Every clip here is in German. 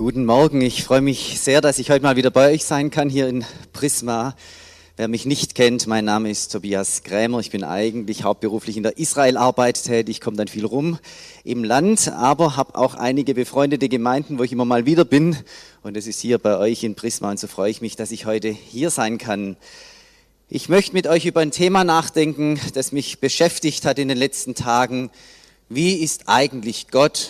Guten Morgen, ich freue mich sehr, dass ich heute mal wieder bei euch sein kann, hier in Prisma. Wer mich nicht kennt, mein Name ist Tobias Krämer, ich bin eigentlich hauptberuflich in der Israelarbeit tätig, komme dann viel rum im Land, aber habe auch einige befreundete Gemeinden, wo ich immer mal wieder bin, und das ist hier bei euch in Prisma, und so freue ich mich, dass ich heute hier sein kann. Ich möchte mit euch über ein Thema nachdenken, das mich beschäftigt hat in den letzten Tagen. Wie ist eigentlich Gott?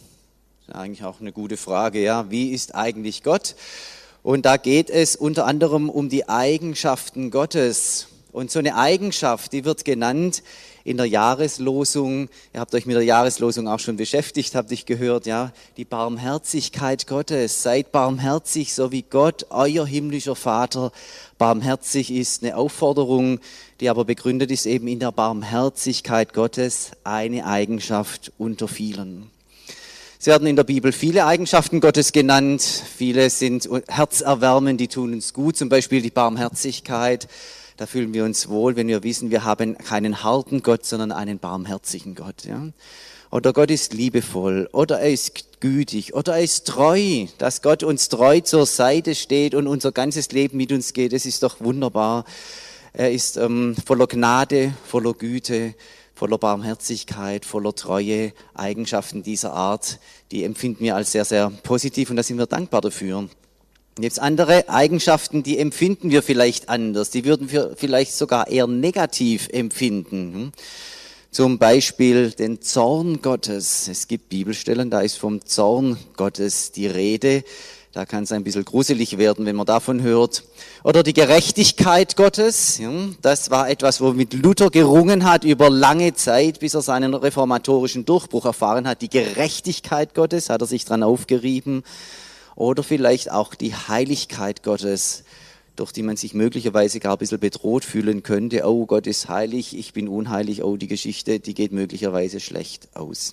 Das ist eigentlich auch eine gute Frage, ja. Wie ist eigentlich Gott? Und da geht es unter anderem um die Eigenschaften Gottes. Und so eine Eigenschaft, die wird genannt in der Jahreslosung. Ihr habt euch mit der Jahreslosung auch schon beschäftigt, habt ihr gehört, ja. Die Barmherzigkeit Gottes. Seid barmherzig, so wie Gott, euer himmlischer Vater, barmherzig ist. Eine Aufforderung, die aber begründet ist eben in der Barmherzigkeit Gottes, eine Eigenschaft unter vielen. Es werden in der Bibel viele Eigenschaften Gottes genannt. Viele sind herzerwärmend, die tun uns gut. Zum Beispiel die Barmherzigkeit. Da fühlen wir uns wohl, wenn wir wissen, wir haben keinen harten Gott, sondern einen barmherzigen Gott. Ja? Oder Gott ist liebevoll. Oder er ist gütig. Oder er ist treu. Dass Gott uns treu zur Seite steht und unser ganzes Leben mit uns geht, das ist doch wunderbar. Er ist voller Gnade, voller Güte, voller Barmherzigkeit, voller Treue, Eigenschaften dieser Art, die empfinden wir als sehr, sehr positiv, und da sind wir dankbar dafür. Und jetzt andere Eigenschaften, die empfinden wir vielleicht anders, die würden wir vielleicht sogar eher negativ empfinden. Zum Beispiel den Zorn Gottes. Es gibt Bibelstellen, da ist vom Zorn Gottes die Rede. Da kann es ein bisschen gruselig werden, wenn man davon hört. Oder die Gerechtigkeit Gottes. Ja, das war etwas, womit Luther gerungen hat über lange Zeit, bis er seinen reformatorischen Durchbruch erfahren hat. Die Gerechtigkeit Gottes hat er sich dran aufgerieben. Oder vielleicht auch die Heiligkeit Gottes, durch die man sich möglicherweise gar ein bisschen bedroht fühlen könnte. Oh, Gott ist heilig, ich bin unheilig. Oh, die Geschichte, die geht möglicherweise schlecht aus.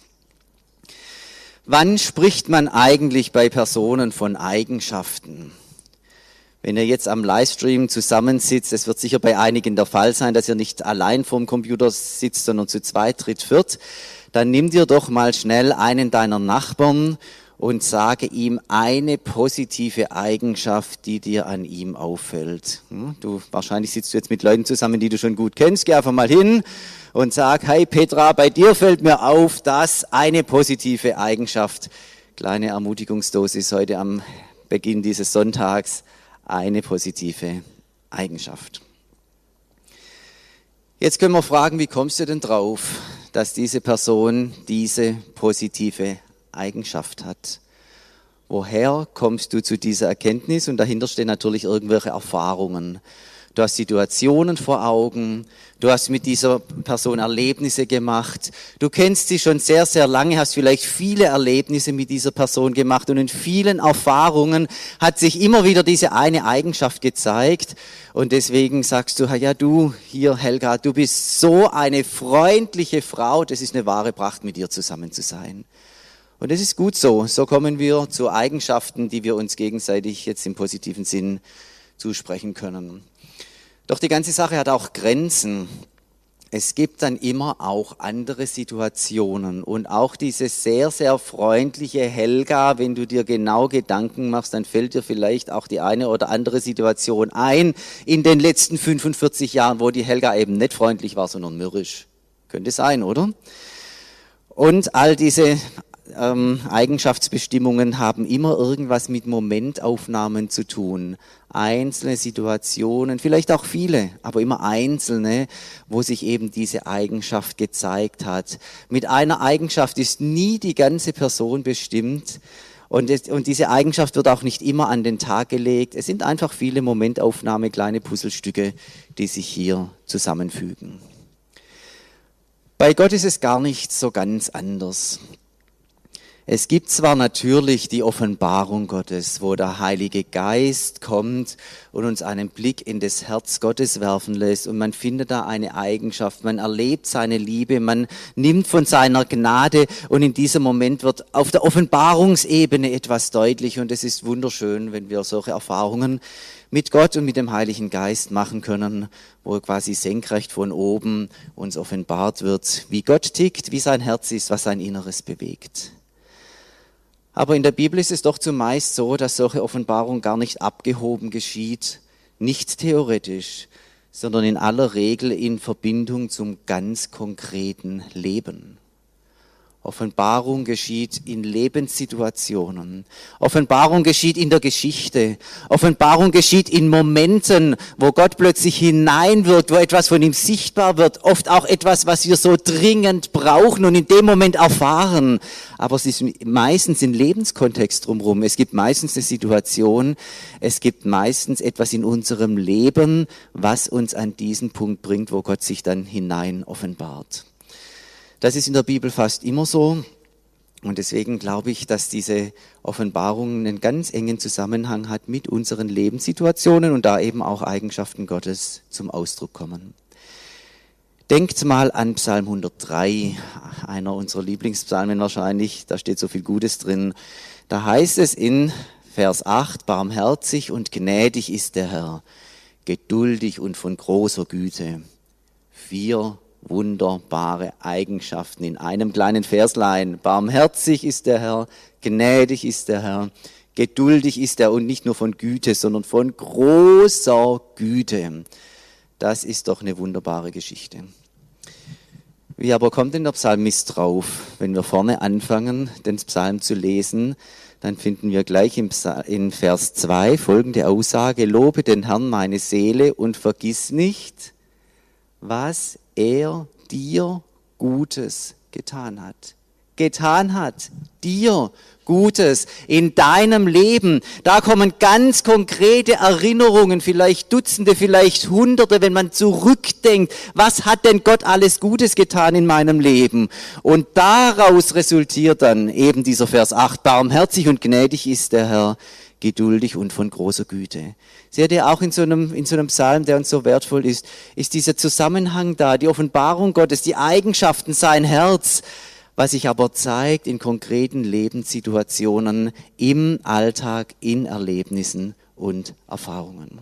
Wann spricht man eigentlich bei Personen von Eigenschaften? Wenn ihr jetzt am Livestream zusammensitzt, es wird sicher bei einigen der Fall sein, dass ihr nicht allein vorm Computer sitzt, sondern zu zweit, dritt, viert, dann nimm dir doch mal schnell einen deiner Nachbarn und sage ihm eine positive Eigenschaft, die dir an ihm auffällt. Wahrscheinlich sitzt du jetzt mit Leuten zusammen, die du schon gut kennst. Geh einfach mal hin und sag: Hey Petra, bei dir fällt mir auf, dass eine positive Eigenschaft, kleine Ermutigungsdosis heute am Beginn dieses Sonntags, eine positive Eigenschaft. Jetzt können wir fragen, wie kommst du denn drauf, dass diese Person diese positive Eigenschaft hat? Woher kommst du zu dieser Erkenntnis? Und dahinter stehen natürlich irgendwelche Erfahrungen. Du hast Situationen vor Augen, du hast mit dieser Person Erlebnisse gemacht, du kennst sie schon sehr, sehr lange, hast vielleicht viele Erlebnisse mit dieser Person gemacht, und in vielen Erfahrungen hat sich immer wieder diese eine Eigenschaft gezeigt, und deswegen sagst du: Ja, du hier, Helga, du bist so eine freundliche Frau, das ist eine wahre Pracht, mit dir zusammen zu sein. Und das ist gut so. So kommen wir zu Eigenschaften, die wir uns gegenseitig jetzt im positiven Sinn zusprechen können. Doch die ganze Sache hat auch Grenzen. Es gibt dann immer auch andere Situationen, und auch diese sehr, sehr freundliche Helga, wenn du dir genau Gedanken machst, dann fällt dir vielleicht auch die eine oder andere Situation ein in den letzten 45 Jahren, wo die Helga eben nicht freundlich war, sondern mürrisch. Könnte sein, oder? Und all diese Eigenschaftsbestimmungen haben immer irgendwas mit Momentaufnahmen zu tun. Einzelne Situationen, vielleicht auch viele, aber immer einzelne, wo sich eben diese Eigenschaft gezeigt hat. Mit einer Eigenschaft ist nie die ganze Person bestimmt, und diese Eigenschaft wird auch nicht immer an den Tag gelegt. Es sind einfach viele Momentaufnahmen, kleine Puzzlestücke, die sich hier zusammenfügen. Bei Gott ist es gar nicht so ganz anders. Es gibt zwar natürlich die Offenbarung Gottes, wo der Heilige Geist kommt und uns einen Blick in das Herz Gottes werfen lässt, und man findet da eine Eigenschaft, man erlebt seine Liebe, man nimmt von seiner Gnade, und in diesem Moment wird auf der Offenbarungsebene etwas deutlich, und es ist wunderschön, wenn wir solche Erfahrungen mit Gott und mit dem Heiligen Geist machen können, wo quasi senkrecht von oben uns offenbart wird, wie Gott tickt, wie sein Herz ist, was sein Inneres bewegt. Aber in der Bibel ist es doch zumeist so, dass solche Offenbarung gar nicht abgehoben geschieht, nicht theoretisch, sondern in aller Regel in Verbindung zum ganz konkreten Leben. Offenbarung geschieht in Lebenssituationen. Offenbarung geschieht in der Geschichte. Offenbarung geschieht in Momenten, wo Gott plötzlich hineinwirkt, wo etwas von ihm sichtbar wird. Oft auch etwas, was wir so dringend brauchen und in dem Moment erfahren. Aber es ist meistens im Lebenskontext drumherum. Es gibt meistens eine Situation, es gibt meistens etwas in unserem Leben, was uns an diesen Punkt bringt, wo Gott sich dann hinein offenbart. Das ist in der Bibel fast immer so und deswegen glaube ich, dass diese Offenbarung einen ganz engen Zusammenhang hat mit unseren Lebenssituationen und da eben auch Eigenschaften Gottes zum Ausdruck kommen. Denkt mal an Psalm 103, einer unserer Lieblingspsalmen wahrscheinlich, da steht so viel Gutes drin. Da heißt es in Vers 8, barmherzig und gnädig ist der Herr, geduldig und von großer Güte. 4 wunderbare Eigenschaften in einem kleinen Verslein. Barmherzig ist der Herr, gnädig ist der Herr, geduldig ist er und nicht nur von Güte, sondern von großer Güte. Das ist doch eine wunderbare Geschichte. Wie aber kommt denn der Psalmist drauf? Wenn wir vorne anfangen, den Psalm zu lesen, dann finden wir gleich in Vers 2 folgende Aussage: Lobe den Herrn meine Seele und vergiss nicht, was er dir Gutes getan hat. Getan hat, dir Gutes in deinem Leben. Da kommen ganz konkrete Erinnerungen, vielleicht Dutzende, vielleicht Hunderte, wenn man zurückdenkt, was hat denn Gott alles Gutes getan in meinem Leben? Und daraus resultiert dann eben dieser Vers 8, barmherzig und gnädig ist der Herr, geduldig und von großer Güte. Seht ihr auch in so einem Psalm, der uns so wertvoll ist dieser Zusammenhang da, die Offenbarung Gottes, die Eigenschaften, sein Herz, was sich aber zeigt in konkreten Lebenssituationen, im Alltag, in Erlebnissen und Erfahrungen.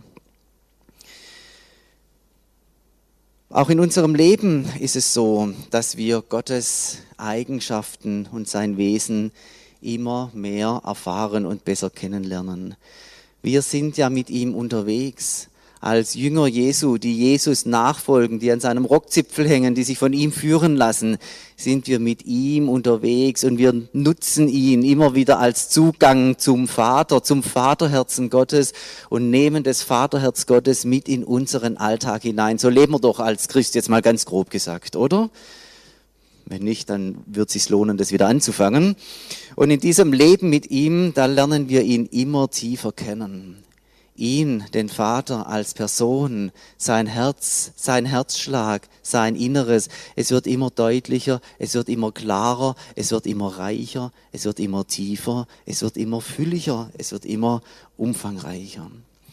Auch in unserem Leben ist es so, dass wir Gottes Eigenschaften und sein Wesen immer mehr erfahren und besser kennenlernen. Wir sind ja mit ihm unterwegs. Als Jünger Jesu, die Jesus nachfolgen, die an seinem Rockzipfel hängen, die sich von ihm führen lassen, sind wir mit ihm unterwegs und wir nutzen ihn immer wieder als Zugang zum Vater, zum Vaterherzen Gottes und nehmen das Vaterherz Gottes mit in unseren Alltag hinein. So leben wir doch als Christ, jetzt mal ganz grob gesagt, oder? Wenn nicht, dann wird es sich lohnen, das wieder anzufangen. Und in diesem Leben mit ihm, da lernen wir ihn immer tiefer kennen. Ihn, den Vater als Person, sein Herz, sein Herzschlag, sein Inneres. Es wird immer deutlicher, es wird immer klarer, es wird immer reicher, es wird immer tiefer, es wird immer fülliger, es wird immer umfangreicher.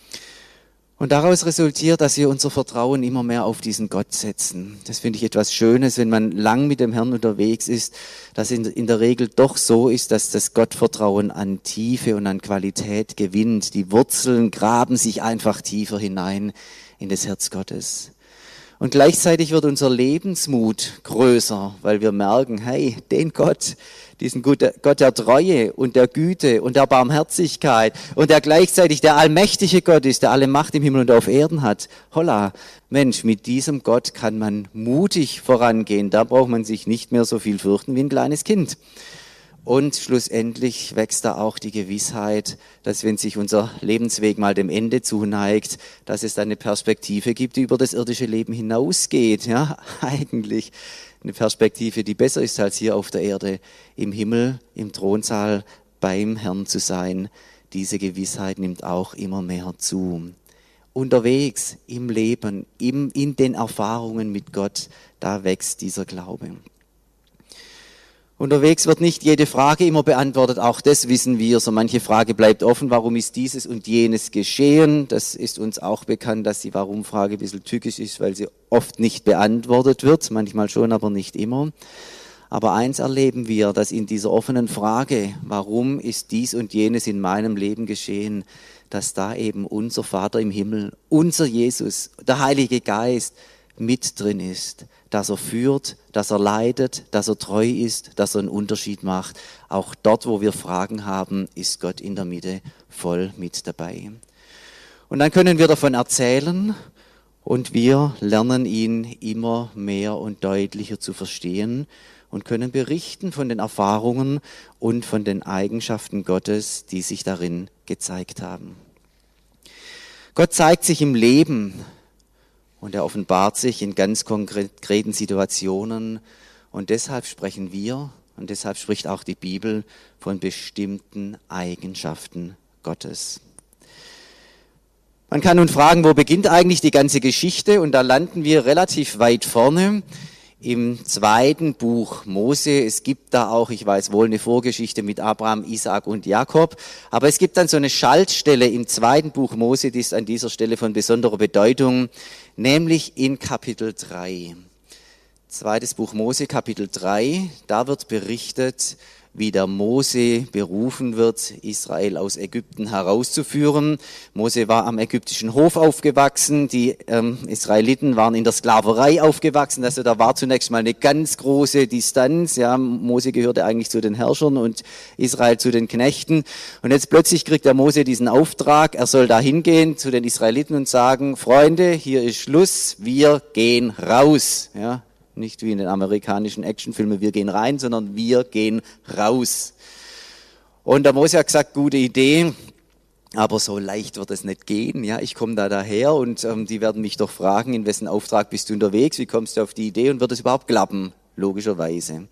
Und daraus resultiert, dass wir unser Vertrauen immer mehr auf diesen Gott setzen. Das finde ich etwas Schönes, wenn man lang mit dem Herrn unterwegs ist, dass in der Regel doch so ist, dass das Gottvertrauen an Tiefe und an Qualität gewinnt. Die Wurzeln graben sich einfach tiefer hinein in das Herz Gottes. Und gleichzeitig wird unser Lebensmut größer, weil wir merken, hey, den Gott, diesen Gott der Treue und der Güte und der Barmherzigkeit und der gleichzeitig der allmächtige Gott ist, der alle Macht im Himmel und auf Erden hat. Holla, Mensch, mit diesem Gott kann man mutig vorangehen. Da braucht man sich nicht mehr so viel fürchten wie ein kleines Kind. Und schlussendlich wächst da auch die Gewissheit, dass wenn sich unser Lebensweg mal dem Ende zuneigt, dass es dann eine Perspektive gibt, die über das irdische Leben hinausgeht. Ja, eigentlich eine Perspektive, die besser ist als hier auf der Erde, im Himmel, im Thronsaal beim Herrn zu sein. Diese Gewissheit nimmt auch immer mehr zu. Unterwegs im Leben, in den Erfahrungen mit Gott, da wächst dieser Glaube. Unterwegs wird nicht jede Frage immer beantwortet, auch das wissen wir. So manche Frage bleibt offen, warum ist dieses und jenes geschehen? Das ist uns auch bekannt, dass die Warum-Frage ein bisschen tückisch ist, weil sie oft nicht beantwortet wird, manchmal schon, aber nicht immer. Aber eins erleben wir, dass in dieser offenen Frage, warum ist dies und jenes in meinem Leben geschehen, dass da eben unser Vater im Himmel, unser Jesus, der Heilige Geist mit drin ist, dass er führt, dass er leitet, dass er treu ist, dass er einen Unterschied macht. Auch dort, wo wir Fragen haben, ist Gott in der Mitte voll mit dabei. Und dann können wir davon erzählen und wir lernen ihn immer mehr und deutlicher zu verstehen und können berichten von den Erfahrungen und von den Eigenschaften Gottes, die sich darin gezeigt haben. Gott zeigt sich im Leben und er offenbart sich in ganz konkreten Situationen und deshalb sprechen wir und deshalb spricht auch die Bibel von bestimmten Eigenschaften Gottes. Man kann nun fragen, wo beginnt eigentlich die ganze Geschichte? Und da landen wir relativ weit vorne im 2. Buch Mose. Es gibt da auch, ich weiß wohl, eine Vorgeschichte mit Abraham, Isaak und Jakob. Aber es gibt dann so eine Schaltstelle im 2. Buch Mose, die ist an dieser Stelle von besonderer Bedeutung, nämlich in Kapitel 3. 2. Buch Mose, Kapitel 3, da wird berichtet, wie der Mose berufen wird, Israel aus Ägypten herauszuführen. Mose war am ägyptischen Hof aufgewachsen, die Israeliten waren in der Sklaverei aufgewachsen, also da war zunächst mal eine ganz große Distanz. Ja, Mose gehörte eigentlich zu den Herrschern und Israel zu den Knechten. Und jetzt plötzlich kriegt der Mose diesen Auftrag, er soll da hingehen zu den Israeliten und sagen, Freunde, hier ist Schluss, wir gehen raus. Ja. Nicht wie in den amerikanischen Actionfilmen, wir gehen rein, sondern wir gehen raus. Und der Mose hat gesagt, gute Idee, aber so leicht wird es nicht gehen. Ja, ich komme da daher und die werden mich doch fragen, in wessen Auftrag bist du unterwegs, wie kommst du auf die Idee und wird es überhaupt klappen? Logischerweise.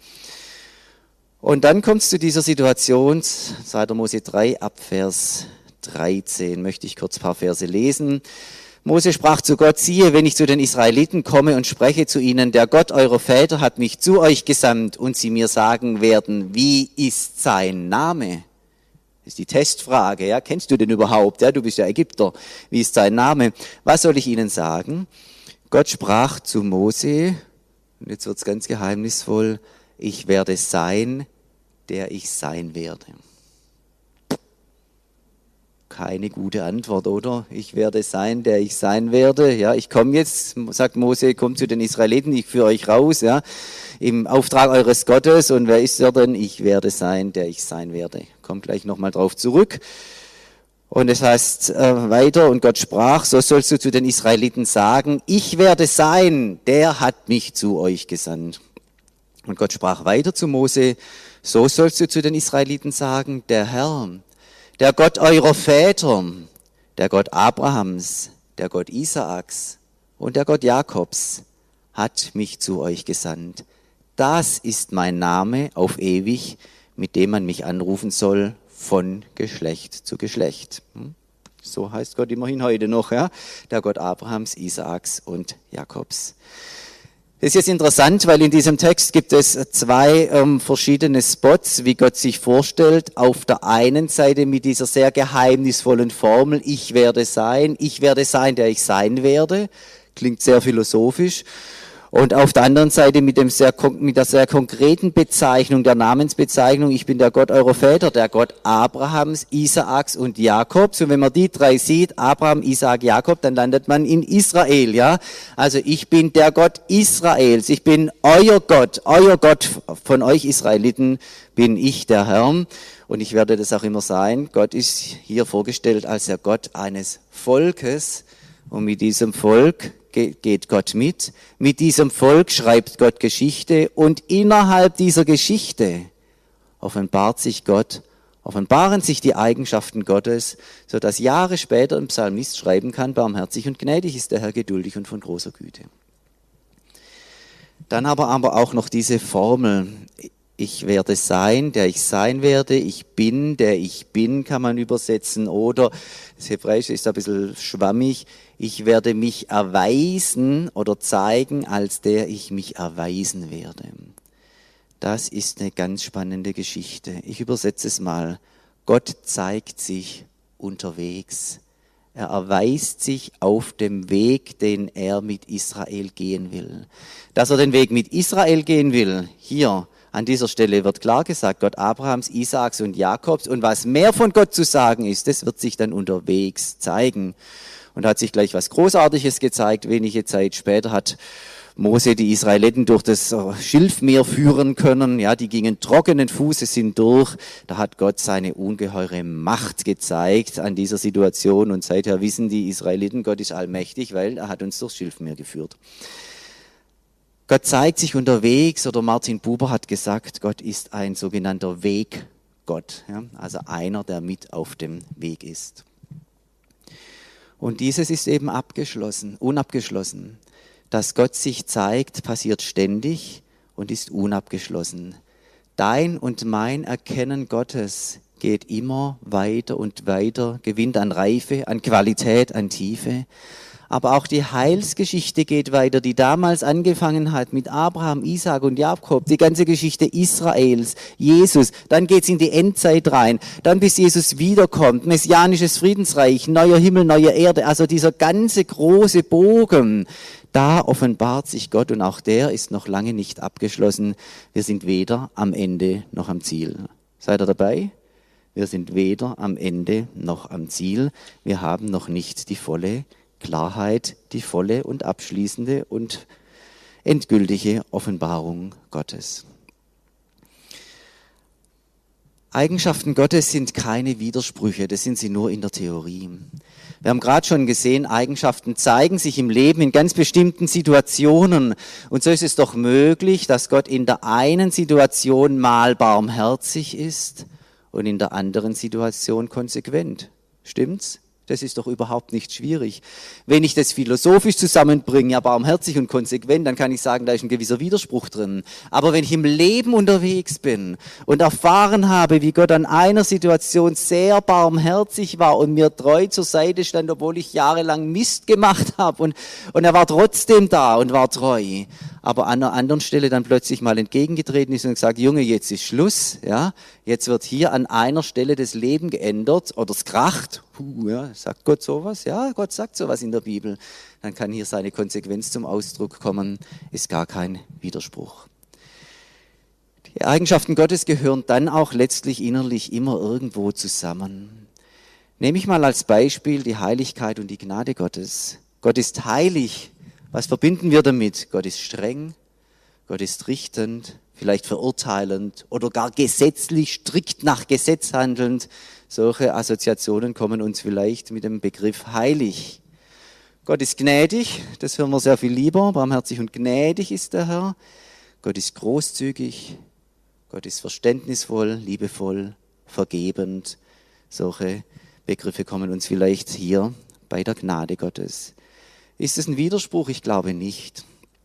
Und dann kommt es zu dieser Situation, 2. Mose 3, ab Vers 13, möchte ich kurz ein paar Verse lesen. Mose sprach zu Gott, siehe, wenn ich zu den Israeliten komme und spreche zu ihnen, der Gott eurer Väter hat mich zu euch gesandt und sie mir sagen werden, wie ist sein Name? Das ist die Testfrage, ja, kennst du den überhaupt? Ja, du bist ja Ägypter. Wie ist sein Name? Was soll ich ihnen sagen? Gott sprach zu Mose, und jetzt wird's ganz geheimnisvoll, ich werde sein, der ich sein werde. Keine gute Antwort, oder? Ich werde sein, der ich sein werde. Ja, ich komme jetzt, sagt Mose, kommt zu den Israeliten, ich führe euch raus, ja, im Auftrag eures Gottes. Und wer ist er denn? Ich werde sein, der ich sein werde. Kommt gleich nochmal drauf zurück. Und es heißt weiter, und Gott sprach, so sollst du zu den Israeliten sagen, ich werde sein, der hat mich zu euch gesandt. Und Gott sprach weiter zu Mose, so sollst du zu den Israeliten sagen, der Herr, der Gott eurer Väter, der Gott Abrahams, der Gott Isaaks und der Gott Jakobs hat mich zu euch gesandt. Das ist mein Name auf ewig, mit dem man mich anrufen soll, von Geschlecht zu Geschlecht. So heißt Gott immerhin heute noch, ja? Der Gott Abrahams, Isaaks und Jakobs. Das ist jetzt interessant, weil in diesem Text gibt es 2 verschiedene Spots, wie Gott sich vorstellt. Auf der einen Seite mit dieser sehr geheimnisvollen Formel, ich werde sein, der ich sein werde. Klingt sehr philosophisch. Und auf der anderen Seite mit der sehr konkreten Bezeichnung, der Namensbezeichnung, ich bin der Gott eurer Väter, der Gott Abrahams, Isaaks und Jakobs. Und wenn man die 3 sieht, Abraham, Isaak, Jakob, dann landet man in Israel, ja. Also ich bin der Gott Israels, ich bin euer Gott von euch Israeliten bin ich der Herr. Und ich werde das auch immer sein. Gott ist hier vorgestellt als der Gott eines Volkes. Und mit diesem Volk geht Gott mit. Mit diesem Volk schreibt Gott Geschichte und innerhalb dieser Geschichte offenbaren sich die Eigenschaften Gottes, sodass Jahre später ein Psalmist schreiben kann, barmherzig und gnädig ist der Herr, geduldig und von großer Güte. Dann aber auch noch diese Formel, ich werde sein, der ich sein werde, ich bin, der ich bin, kann man übersetzen, oder das Hebräische ist ein bisschen schwammig, ich werde mich erweisen oder zeigen, als der ich mich erweisen werde. Das ist eine ganz spannende Geschichte. Ich übersetze es mal. Gott zeigt sich unterwegs. Er erweist sich auf dem Weg, den er mit Israel gehen will. Dass er den Weg mit Israel gehen will, hier an dieser Stelle wird klar gesagt, Gott Abrahams, Isaaks und Jakobs. Und was mehr von Gott zu sagen ist, das wird sich dann unterwegs zeigen. Und da hat sich gleich was Großartiges gezeigt. Wenige Zeit später hat Mose die Israeliten durch das Schilfmeer führen können. Ja, die gingen trockenen Fußes hindurch. Da hat Gott seine ungeheure Macht gezeigt an dieser Situation. Und seither wissen die Israeliten, Gott ist allmächtig, weil er hat uns durchs Schilfmeer geführt. Gott zeigt sich unterwegs, oder Martin Buber hat gesagt, Gott ist ein sogenannter Weggott. Ja, also einer, der mit auf dem Weg ist. Und dieses ist eben unabgeschlossen. Dass Gott sich zeigt, passiert ständig und ist unabgeschlossen. Dein und mein Erkennen Gottes geht immer weiter und weiter, gewinnt an Reife, an Qualität, an Tiefe. Aber auch die Heilsgeschichte geht weiter, die damals angefangen hat mit Abraham, Isaak und Jakob, die ganze Geschichte Israels, Jesus. Dann geht's in die Endzeit rein, dann bis Jesus wiederkommt, messianisches Friedensreich, neuer Himmel, neue Erde, also dieser ganze große Bogen. Da offenbart sich Gott und auch der ist noch lange nicht abgeschlossen. Wir sind weder am Ende noch am Ziel. Seid ihr dabei? Wir sind weder am Ende noch am Ziel. Wir haben noch nicht die volle Klarheit, die volle und abschließende und endgültige Offenbarung Gottes. Eigenschaften Gottes sind keine Widersprüche, das sind sie nur in der Theorie. Wir haben gerade schon gesehen, Eigenschaften zeigen sich im Leben in ganz bestimmten Situationen. Und so ist es doch möglich, dass Gott in der einen Situation mal barmherzig ist und in der anderen Situation konsequent. Stimmt's? Das ist doch überhaupt nicht schwierig. Wenn ich das philosophisch zusammenbringe, ja barmherzig und konsequent, dann kann ich sagen, da ist ein gewisser Widerspruch drin. Aber wenn ich im Leben unterwegs bin und erfahren habe, wie Gott an einer Situation sehr barmherzig war und mir treu zur Seite stand, obwohl ich jahrelang Mist gemacht habe und er war trotzdem da und war treu, aber an einer anderen Stelle dann plötzlich mal entgegengetreten ist und gesagt, Junge, jetzt ist Schluss, ja, jetzt wird hier an einer Stelle das Leben geändert oder es kracht, ja, sagt Gott sowas? Ja, Gott sagt sowas in der Bibel. Dann kann hier seine Konsequenz zum Ausdruck kommen, ist gar kein Widerspruch. Die Eigenschaften Gottes gehören dann auch letztlich innerlich immer irgendwo zusammen. Nehme ich mal als Beispiel die Heiligkeit und die Gnade Gottes. Gott ist heilig. Was verbinden wir damit? Gott ist streng, Gott ist richtend, vielleicht verurteilend oder gar gesetzlich, strikt nach Gesetz handelnd. Solche Assoziationen kommen uns vielleicht mit dem Begriff heilig. Gott ist gnädig, das hören wir sehr viel lieber. Barmherzig und gnädig ist der Herr. Gott ist großzügig, Gott ist verständnisvoll, liebevoll, vergebend. Solche Begriffe kommen uns vielleicht hier bei der Gnade Gottes. Ist es ein Widerspruch? Ich glaube nicht.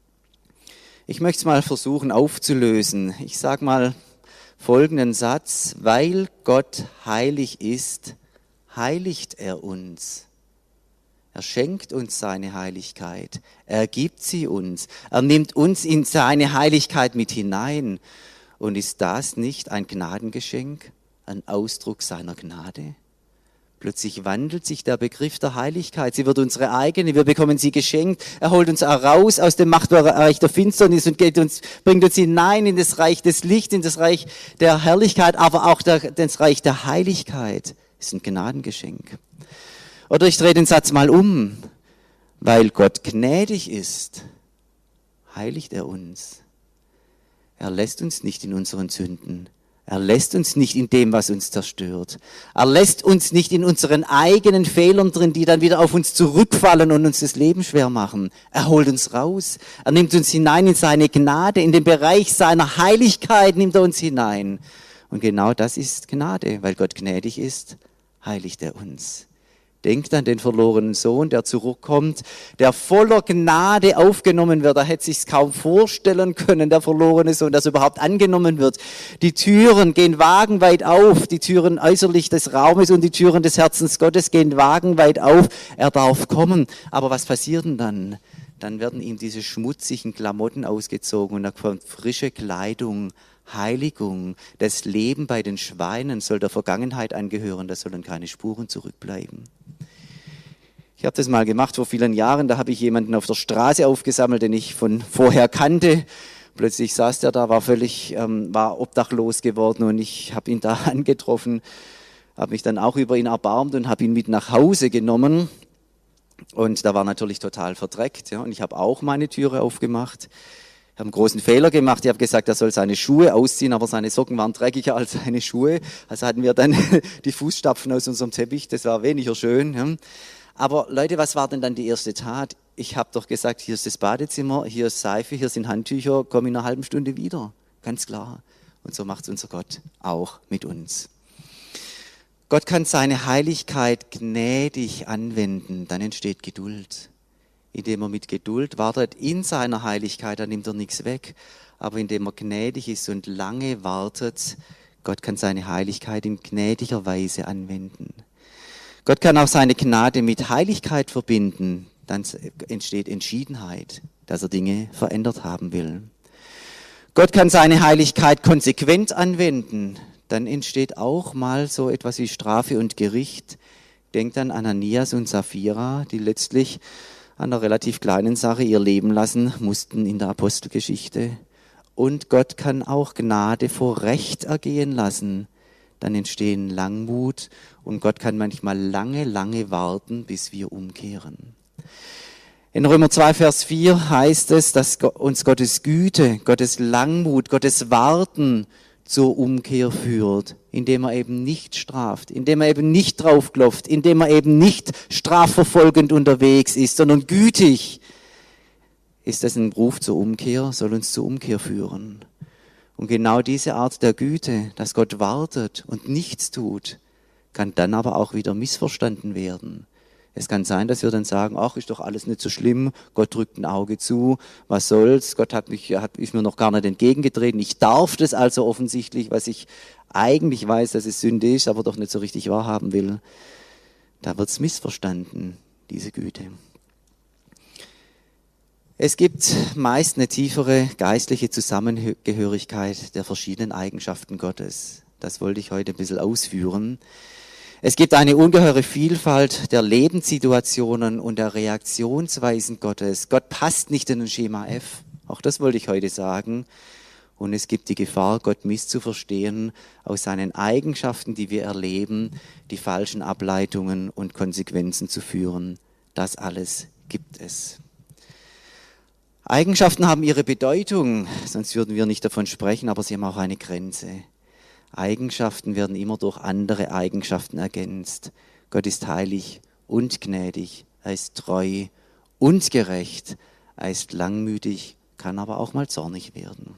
Ich möchte es mal versuchen aufzulösen. Ich sage mal folgenden Satz: Weil Gott heilig ist, heiligt er uns. Er schenkt uns seine Heiligkeit. Er gibt sie uns. Er nimmt uns in seine Heiligkeit mit hinein. Und ist das nicht ein Gnadengeschenk, ein Ausdruck seiner Gnade? Plötzlich wandelt sich der Begriff der Heiligkeit. Sie wird unsere eigene, wir bekommen sie geschenkt. Er holt uns heraus aus dem Machtbereich der Finsternis und bringt uns hinein in das Reich des Lichts, in das Reich der Herrlichkeit, aber auch das Reich der Heiligkeit. Das ist ein Gnadengeschenk. Oder ich drehe den Satz mal um. Weil Gott gnädig ist, heiligt er uns. Er lässt uns nicht in unseren Sünden. Er lässt uns nicht in dem, was uns zerstört. Er lässt uns nicht in unseren eigenen Fehlern drin, die dann wieder auf uns zurückfallen und uns das Leben schwer machen. Er holt uns raus. Er nimmt uns hinein in seine Gnade, in den Bereich seiner Heiligkeit nimmt er uns hinein. Und genau das ist Gnade, weil Gott gnädig ist, heiligt er uns. Denkt an den verlorenen Sohn, der zurückkommt, der voller Gnade aufgenommen wird. Er hätte sich's kaum vorstellen können, der verlorene Sohn, dass er überhaupt angenommen wird. Die Türen gehen wagenweit auf, die Türen äußerlich des Raumes und die Türen des Herzens Gottes gehen wagenweit auf. Er darf kommen. Aber was passiert denn dann? Dann werden ihm diese schmutzigen Klamotten ausgezogen und er kommt frische Kleidung, Heiligung. Das Leben bei den Schweinen soll der Vergangenheit angehören, da sollen keine Spuren zurückbleiben. Ich habe das mal gemacht vor vielen Jahren, da habe ich jemanden auf der Straße aufgesammelt, den ich von vorher kannte. Plötzlich saß der da, war obdachlos geworden und ich habe ihn da angetroffen, habe mich dann auch über ihn erbarmt und habe ihn mit nach Hause genommen. Und da war natürlich total verdreckt. Ja. Und ich habe auch meine Türe aufgemacht. Ich habe einen großen Fehler gemacht. Ich habe gesagt, er soll seine Schuhe ausziehen, aber seine Socken waren dreckiger als seine Schuhe. Also hatten wir dann die Fußstapfen aus unserem Teppich. Das war weniger schön. Ja. Aber Leute, was war denn dann die erste Tat? Ich habe doch gesagt, hier ist das Badezimmer, hier ist Seife, hier sind Handtücher, komm in einer halben Stunde wieder. Ganz klar. Und so macht es unser Gott auch mit uns. Gott kann seine Heiligkeit gnädig anwenden, dann entsteht Geduld. Indem er mit Geduld wartet in seiner Heiligkeit, dann nimmt er nichts weg. Aber indem er gnädig ist und lange wartet, Gott kann seine Heiligkeit in gnädiger Weise anwenden. Gott kann auch seine Gnade mit Heiligkeit verbinden, dann entsteht Entschiedenheit, dass er Dinge verändert haben will. Gott kann seine Heiligkeit konsequent anwenden, dann entsteht auch mal so etwas wie Strafe und Gericht. Denkt an Ananias und Sapphira, die letztlich an einer relativ kleinen Sache ihr Leben lassen mussten in der Apostelgeschichte. Und Gott kann auch Gnade vor Recht ergehen lassen. Dann entstehen Langmut und Gott kann manchmal lange, lange warten, bis wir umkehren. In Römer 2, Vers 4 heißt es, dass uns Gottes Güte, Gottes Langmut, Gottes Warten zur Umkehr führt, indem er eben nicht straft, indem er eben nicht draufklopft, indem er eben nicht strafverfolgend unterwegs ist, sondern gütig. Ist das ein Ruf zur Umkehr, soll uns zur Umkehr führen. Und genau diese Art der Güte, dass Gott wartet und nichts tut, kann dann aber auch wieder missverstanden werden. Es kann sein, dass wir dann sagen, ach, ist doch alles nicht so schlimm, Gott drückt ein Auge zu, was soll's, Gott ist mir noch gar nicht entgegengetreten, ich darf das also offensichtlich, was ich eigentlich weiß, dass es Sünde ist, aber doch nicht so richtig wahrhaben will. Da wird's missverstanden, diese Güte. Es gibt meist eine tiefere geistliche Zusammengehörigkeit der verschiedenen Eigenschaften Gottes. Das wollte ich heute ein bisschen ausführen. Es gibt eine ungeheure Vielfalt der Lebenssituationen und der Reaktionsweisen Gottes. Gott passt nicht in ein Schema F. Auch das wollte ich heute sagen. Und es gibt die Gefahr, Gott misszuverstehen, aus seinen Eigenschaften, die wir erleben, die falschen Ableitungen und Konsequenzen zu führen. Das alles gibt es. Eigenschaften haben ihre Bedeutung, sonst würden wir nicht davon sprechen, aber sie haben auch eine Grenze. Eigenschaften werden immer durch andere Eigenschaften ergänzt. Gott ist heilig und gnädig, er ist treu und gerecht, er ist langmütig, kann aber auch mal zornig werden.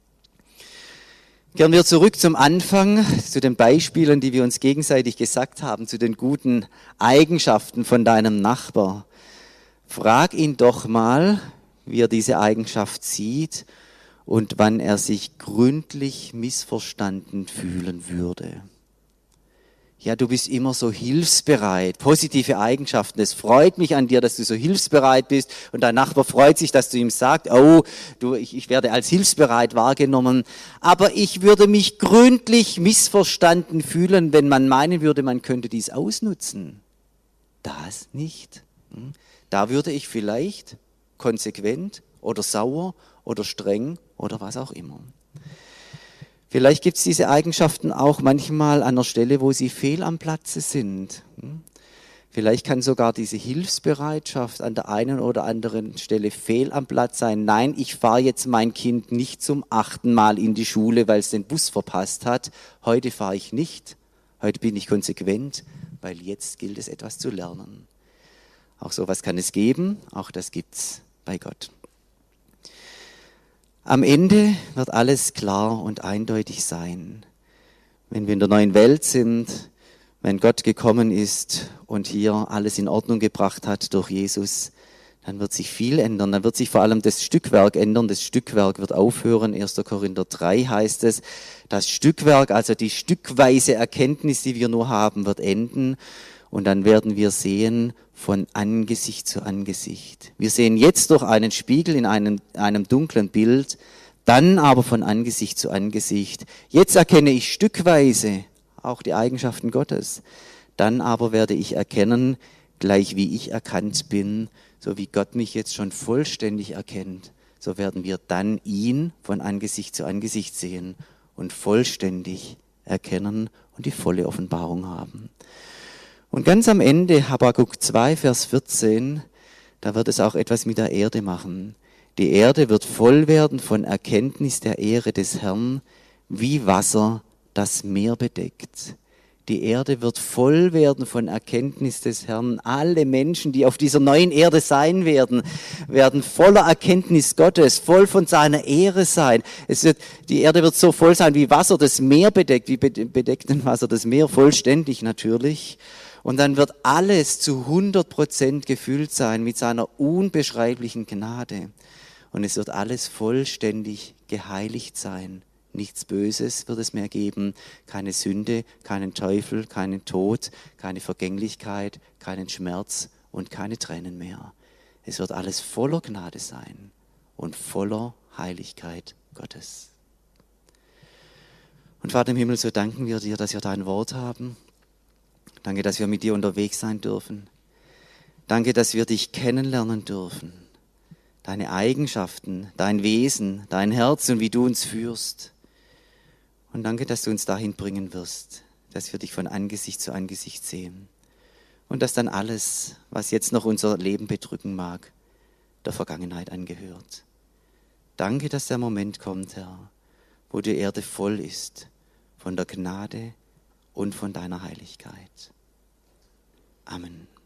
Kehren wir zurück zum Anfang, zu den Beispielen, die wir uns gegenseitig gesagt haben, zu den guten Eigenschaften von deinem Nachbar. Frag ihn doch mal, wie er diese Eigenschaft sieht und wann er sich gründlich missverstanden fühlen würde. Ja, du bist immer so hilfsbereit, positive Eigenschaften. Es freut mich an dir, dass du so hilfsbereit bist und dein Nachbar freut sich, dass du ihm sagst, oh, ich werde als hilfsbereit wahrgenommen. Aber ich würde mich gründlich missverstanden fühlen, wenn man meinen würde, man könnte dies ausnutzen. Das nicht. Da würde ich vielleicht konsequent oder sauer oder streng oder was auch immer. Vielleicht gibt es diese Eigenschaften auch manchmal an der Stelle, wo sie fehl am Platze sind. Vielleicht kann sogar diese Hilfsbereitschaft an der einen oder anderen Stelle fehl am Platz sein. Nein, ich fahre jetzt mein Kind nicht zum 8. Mal in die Schule, weil es den Bus verpasst hat. Heute fahre ich nicht. Heute bin ich konsequent, weil jetzt gilt es, etwas zu lernen. Auch sowas kann es geben, auch das gibt's bei Gott. Am Ende wird alles klar und eindeutig sein. Wenn wir in der neuen Welt sind, wenn Gott gekommen ist und hier alles in Ordnung gebracht hat durch Jesus, dann wird sich viel ändern. Dann wird sich vor allem das Stückwerk ändern. Das Stückwerk wird aufhören. 1. Korinther 3 heißt es. Das Stückwerk, also die stückweise Erkenntnis, die wir nur haben, wird enden. Und dann werden wir sehen von Angesicht zu Angesicht. Wir sehen jetzt durch einen Spiegel in einem dunklen Bild, dann aber von Angesicht zu Angesicht. Jetzt erkenne ich stückweise auch die Eigenschaften Gottes. Dann aber werde ich erkennen, gleich wie ich erkannt bin, so wie Gott mich jetzt schon vollständig erkennt, so werden wir dann ihn von Angesicht zu Angesicht sehen und vollständig erkennen und die volle Offenbarung haben. Und ganz am Ende, Habakuk 2, Vers 14, da wird es auch etwas mit der Erde machen. Die Erde wird voll werden von Erkenntnis der Ehre des Herrn, wie Wasser das Meer bedeckt. Die Erde wird voll werden von Erkenntnis des Herrn. Alle Menschen, die auf dieser neuen Erde sein werden, werden voller Erkenntnis Gottes, voll von seiner Ehre sein. Die Erde wird so voll sein, wie Wasser das Meer bedeckt. Wie bedeckt denn Wasser das Meer? Vollständig natürlich. Und dann wird alles zu 100% gefüllt sein mit seiner unbeschreiblichen Gnade. Und es wird alles vollständig geheiligt sein. Nichts Böses wird es mehr geben, keine Sünde, keinen Teufel, keinen Tod, keine Vergänglichkeit, keinen Schmerz und keine Tränen mehr. Es wird alles voller Gnade sein und voller Heiligkeit Gottes. Und Vater im Himmel, so danken wir dir, dass wir dein Wort haben. Danke, dass wir mit dir unterwegs sein dürfen. Danke, dass wir dich kennenlernen dürfen. Deine Eigenschaften, dein Wesen, dein Herz und wie du uns führst. Und danke, dass du uns dahin bringen wirst, dass wir dich von Angesicht zu Angesicht sehen. Und dass dann alles, was jetzt noch unser Leben bedrücken mag, der Vergangenheit angehört. Danke, dass der Moment kommt, Herr, wo die Erde voll ist von der Gnade und von deiner Heiligkeit. Amen.